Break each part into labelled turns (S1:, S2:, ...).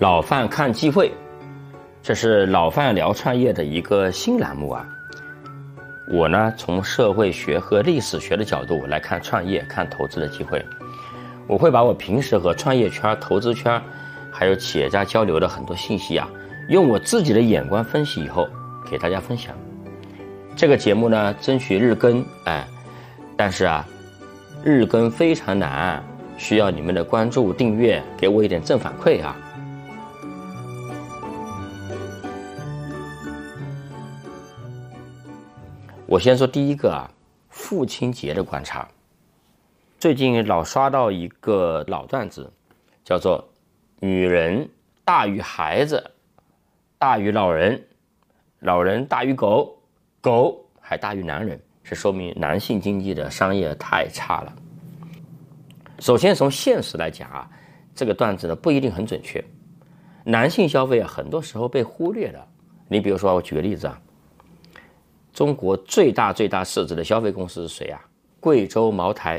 S1: 老范看机会，这是老范聊创业的一个新栏目啊。我呢，从社会学和历史学的角度来看创业、看投资的机会。我会把我平时和创业圈、投资圈，还有企业家交流的很多信息啊，用我自己的眼光分析以后，给大家分享。这个节目呢，争取日更，但是啊，日更非常难，需要你们的关注、订阅，给我一点正反馈啊。我先说第一个啊，父亲节的观察。最近老刷到一个老段子，叫做“女人大于孩子，大于老人，老人大于狗，狗还大于男人”，是说明男性经济的商业太差了。首先从现实来讲啊，这个段子呢不一定很准确。男性消费啊，很多时候被忽略了。你比如说，我举个例子啊，中国最大市值的消费公司是谁啊？贵州茅台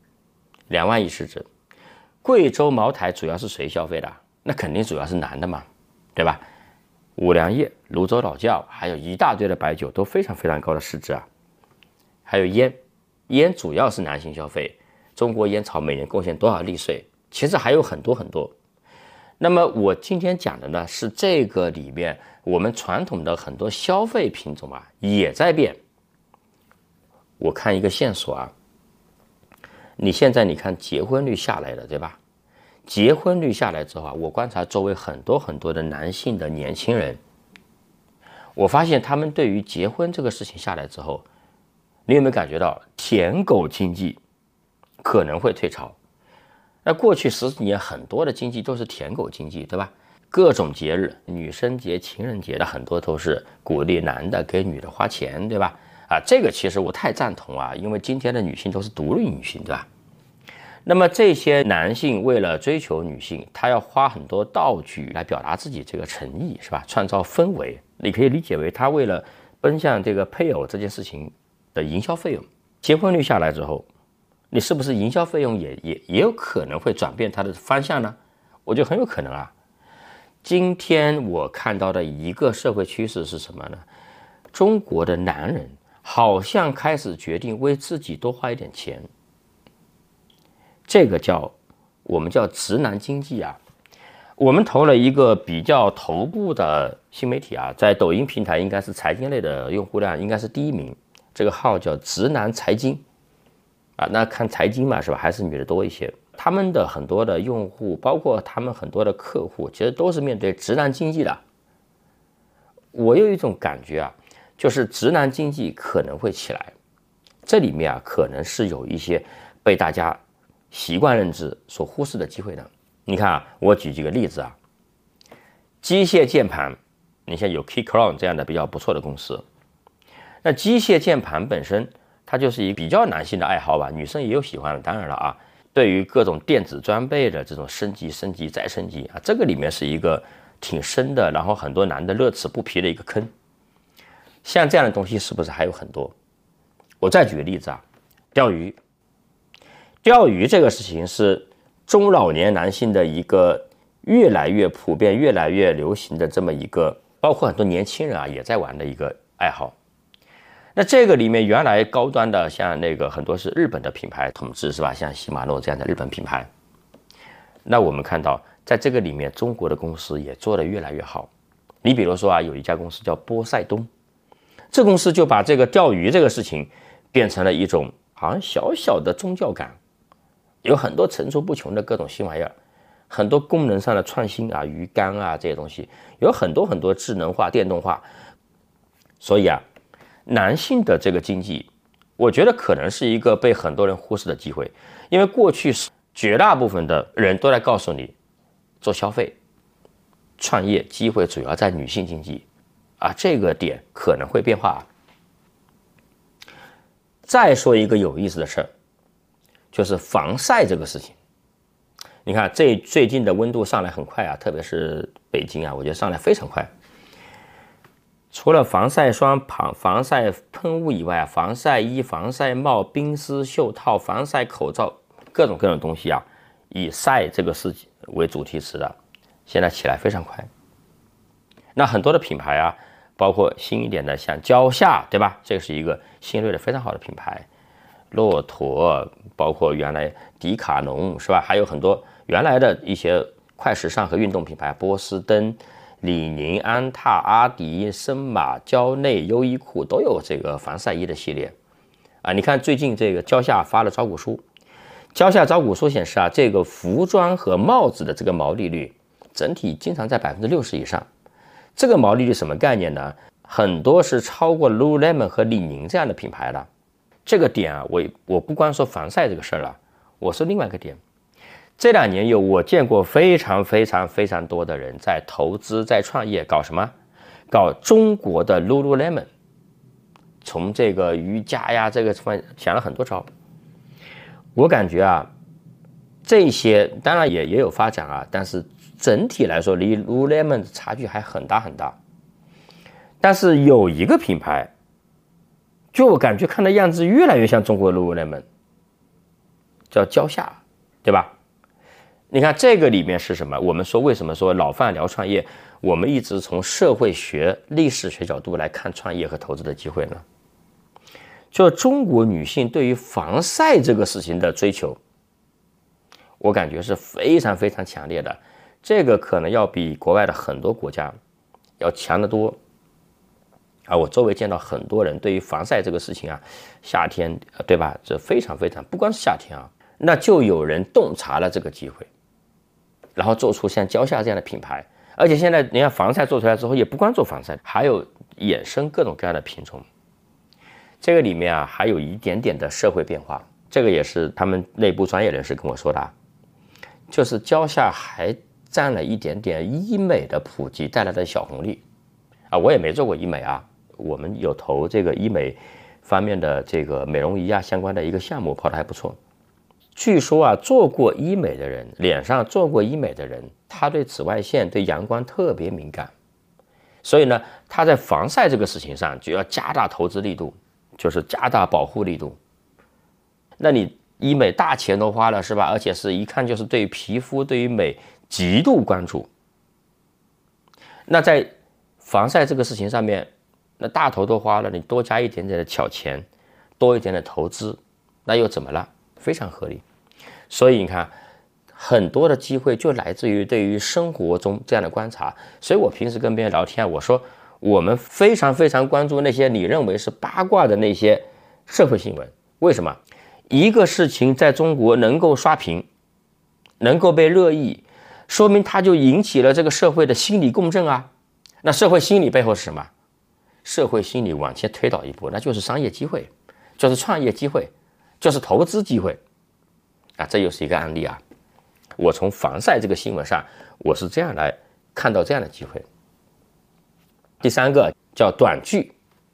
S1: ，2万亿市值。贵州茅台主要是谁消费的？那肯定主要是男的嘛，对吧？五粮液、泸州老窖，还有一大堆的白酒，都非常非常高的市值啊。还有烟，烟主要是男性消费。中国烟草每年贡献多少利税？其实还有很多很多。那么我今天讲的呢，是这个里面我们传统的很多消费品种啊，也在变。我看一个线索啊，你现在看结婚率下来了，对吧？结婚率下来之后啊，我观察周围很多很多的男性的年轻人，我发现他们对于结婚这个事情下来之后，你有没有感觉到舔狗经济可能会退潮？那过去10几年很多的经济都是舔狗经济，对吧？各种节日，女生节、情人节的很多都是鼓励男的给女的花钱，对吧？这个其实我太赞同啊，因为今天的女性都是独立女性，对吧？那么这些男性为了追求女性，他要花很多道具来表达自己这个诚意，是吧？创造氛围，你可以理解为他为了奔向这个配偶这件事情的营销费用。结婚率下来之后，你是不是营销费用也有可能会转变它的方向呢？我觉得很有可能啊。今天我看到的一个社会趋势是什么呢？中国的男人好像开始决定为自己多花一点钱，这个我们叫直男经济啊。我们投了一个比较头部的新媒体啊，在抖音平台应该是财经类的用户量应该是第1名，这个号叫直男财经啊。那看财经嘛，是吧？还是女的多一些。他们的很多的用户，包括他们很多的客户，其实都是面对直男经济的。我有一种感觉啊，就是直男经济可能会起来，这里面啊可能是有一些被大家习惯认知所忽视的机会的。你看啊，我举几个例子啊，机械键盘，你像有 Keychron 这样的比较不错的公司，那机械键盘本身它就是一个比较男性的爱好吧，女生也有喜欢的，当然了啊，对于各种电子装备的这种升级再升级啊，这个里面是一个挺深的，然后很多男的乐此不疲的一个坑。像这样的东西是不是还有很多？我再举个例子啊，钓鱼这个事情是中老年男性的一个越来越普遍、越来越流行的这么一个，包括很多年轻人啊也在玩的一个爱好。那这个里面原来高端的像那个很多是日本的品牌统治，是吧？像禧玛诺这样的日本品牌。那我们看到在这个里面中国的公司也做得越来越好。你比如说啊，有一家公司叫波塞冬，这公司就把这个钓鱼这个事情变成了一种好像小小的宗教感，有很多层出不穷的各种新玩意儿，很多功能上的创新啊，鱼竿啊这些东西有很多很多智能化、电动化。所以啊，男性的这个经济，我觉得可能是一个被很多人忽视的机会，因为过去绝大部分的人都在告诉你，做消费、创业机会主要在女性经济啊，这个点可能会变化。再说一个有意思的事儿，就是防晒这个事情。你看最近的温度上来很快啊，特别是北京啊，我觉得上来非常快。除了防晒霜、防晒喷雾以外啊，防晒衣、防晒帽、冰丝袖套、防晒口罩，各种各种东西啊，以晒这个事情为主题词的现在起来非常快。那很多的品牌啊，包括新一点的像蕉下，对吧？这是一个新锐的非常好的品牌。骆驼，包括原来迪卡侬，是吧？还有很多原来的一些快时尚和运动品牌，波司登、李宁、安踏、阿迪、森马、蕉内、优衣库都有这个防晒衣的系列啊。你看最近这个蕉下发了招股书，蕉下招股书显示啊，这个服装和帽子的这个毛利率整体经常在60%以上。这个毛利率什么概念呢？很多是超过 Lululemon 和李宁这样的品牌了。这个点啊，我不光说防晒这个事儿了，我说另外一个点。这2年我见过非常多的人在投资、在创业，搞什么？搞中国的 Lululemon， 从这个瑜伽呀，这个想了很多招。我感觉啊，这些当然也有发展啊，但是整体来说离 Lululemon 的差距还很大。但是有一个品牌，就我感觉看的样子越来越像中国的 Lululemon， 叫蕉下，对吧？你看这个里面是什么？我们说为什么说老范聊创业，我们一直从社会学、历史学角度来看创业和投资的机会呢？就中国女性对于防晒这个事情的追求，我感觉是非常强烈的，这个可能要比国外的很多国家要强得多。啊，我周围见到很多人对于防晒这个事情啊，夏天对吧？这非常不光是夏天啊，那就有人洞察了这个机会，然后做出像蕉下这样的品牌。而且现在你看防晒做出来之后，也不光做防晒，还有衍生各种各样的品种。这个里面啊，还有一点点的社会变化，这个也是他们内部专业人士跟我说的啊，就是蕉下还占了一点点医美的普及带来的小红利啊。我也没做过医美啊。我们有投这个医美方面的这个美容仪啊相关的一个项目，跑得还不错。据说啊，做过医美的人，脸上做过医美的人，他对紫外线、对阳光特别敏感，所以呢，他在防晒这个事情上就要加大投资力度，就是加大保护力度。那你医美大钱都花了，是吧？而且是一看就是对于皮肤、对于美极度关注。那在防晒这个事情上面，那大头都花了，你多加一点点的小钱，多一点的投资，那又怎么了？非常合理。所以你看，很多的机会就来自于对于生活中这样的观察。所以我平时跟别人聊天，我说我们非常关注那些你认为是八卦的那些社会新闻。为什么？一个事情在中国能够刷屏，能够被热议，说明它就引起了这个社会的心理共振啊。那社会心理背后是什么？社会心理往前推导一步，那就是商业机会，就是创业机会，就是投资机会啊。这又是一个案例啊。我从防晒这个新闻上，我是这样来看到这样的机会。第3个叫短剧，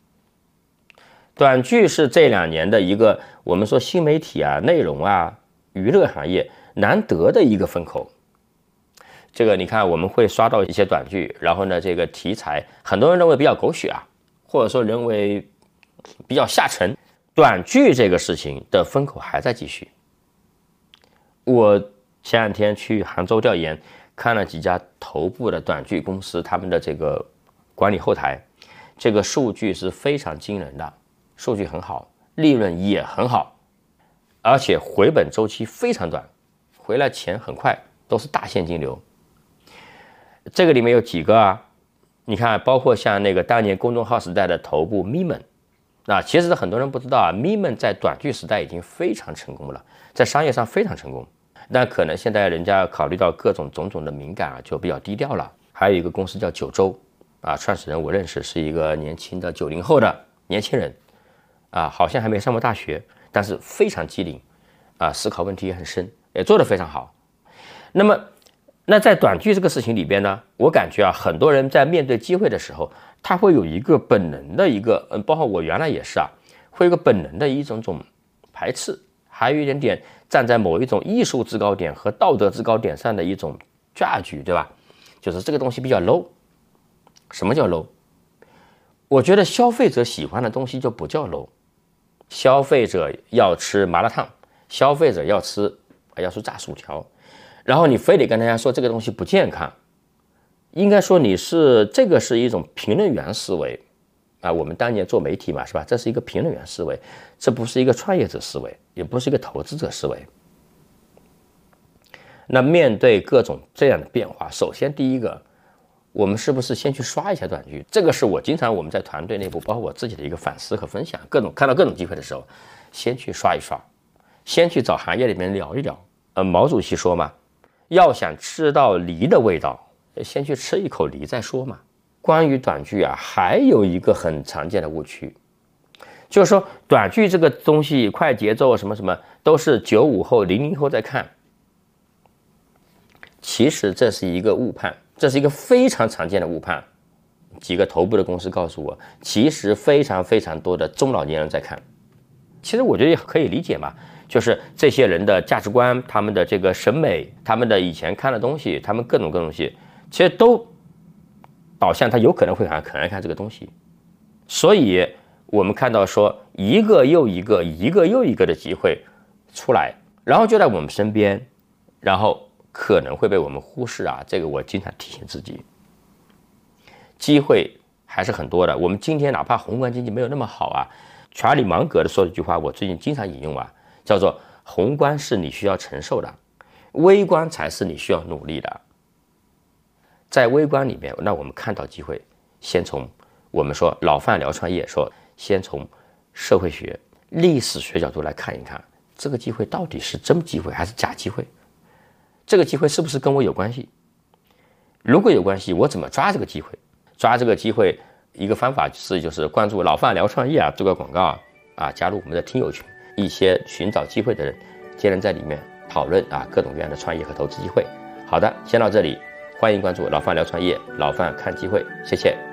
S1: 短剧是这2年的一个我们说新媒体啊、内容啊、娱乐行业难得的一个风口。这个你看，我们会刷到一些短剧，然后呢，这个题材很多人认为比较狗血啊，或者说认为比较下沉。短剧这个事情的风口还在继续。我前2天去杭州调研，看了几家头部的短剧公司，他们的这个管理后台，这个数据是非常惊人的，数据很好，利润也很好，而且回本周期非常短，回来钱很快，都是大现金流。这个里面有几个啊？你看，包括像那个当年公众号时代的头部 Meme， 那其实很多人不知道啊 ，Meme 在短剧时代已经非常成功了，在商业上非常成功。但可能现在人家考虑到各种种种的敏感啊，就比较低调了。还有一个公司叫九州啊，创始人我认识，是一个年轻的90后的年轻人啊，好像还没上过大学，但是非常机灵啊，思考问题也很深，也做得非常好。那在短剧这个事情里边呢，我感觉啊，很多人在面对机会的时候，他会有一个本能的一个，包括我原来也是啊，会有一个本能的一种排斥，还有一点点站在某一种艺术制高点和道德制高点上的一种 judge， 对吧？就是这个东西比较 low。什么叫 low？ 我觉得消费者喜欢的东西就不叫 low。消费者要吃麻辣烫，消费者要吃炸薯条。然后你非得跟大家说这个东西不健康， 应该说这个是一种评论员思维啊。我们当年做媒体嘛，是吧？这是一个评论员思维，这不是一个创业者思维，也不是一个投资者思维。那面对各种这样的变化，首先第一个，我们是不是先去刷一下短剧？这个是我经常我们在团队内部，包括我自己的一个反思和分享。看到各种机会的时候，先去刷一刷，先去找行业里面聊一聊。毛主席说嘛，要想吃到梨的味道，先去吃一口梨再说嘛。关于短剧啊，还有一个很常见的误区，就是说短剧这个东西快节奏什么什么都是95后、00后在看。其实这是一个误判，这是一个非常常见的误判。几个头部的公司告诉我，其实非常非常多的中老年人在看。其实我觉得也可以理解嘛，就是这些人的价值观、他们的这个审美、他们的以前看的东西、他们各种东西，其实都导向他有可能会很爱看这个东西。所以我们看到说一个又一个的机会出来，然后就在我们身边，然后可能会被我们忽视啊，这个我经常提醒自己，机会还是很多的。我们今天哪怕宏观经济没有那么好啊，查理芒格的说的一句话，我最近经常引用啊，叫做宏观是你需要承受的，微观才是你需要努力的。在微观里面，那我们看到机会，先从我们说老范聊创业说，先从社会学、历史学角度来看一看，这个机会到底是真机会还是假机会？这个机会是不是跟我有关系？如果有关系，我怎么抓这个机会？抓这个机会，一个方法就是关注老范聊创业啊，做个广告啊，加入我们的听友群，一些寻找机会的人，皆能在里面讨论啊各种各样的创业和投资机会。好的，先到这里，欢迎关注老范聊创业，老范看机会，谢谢。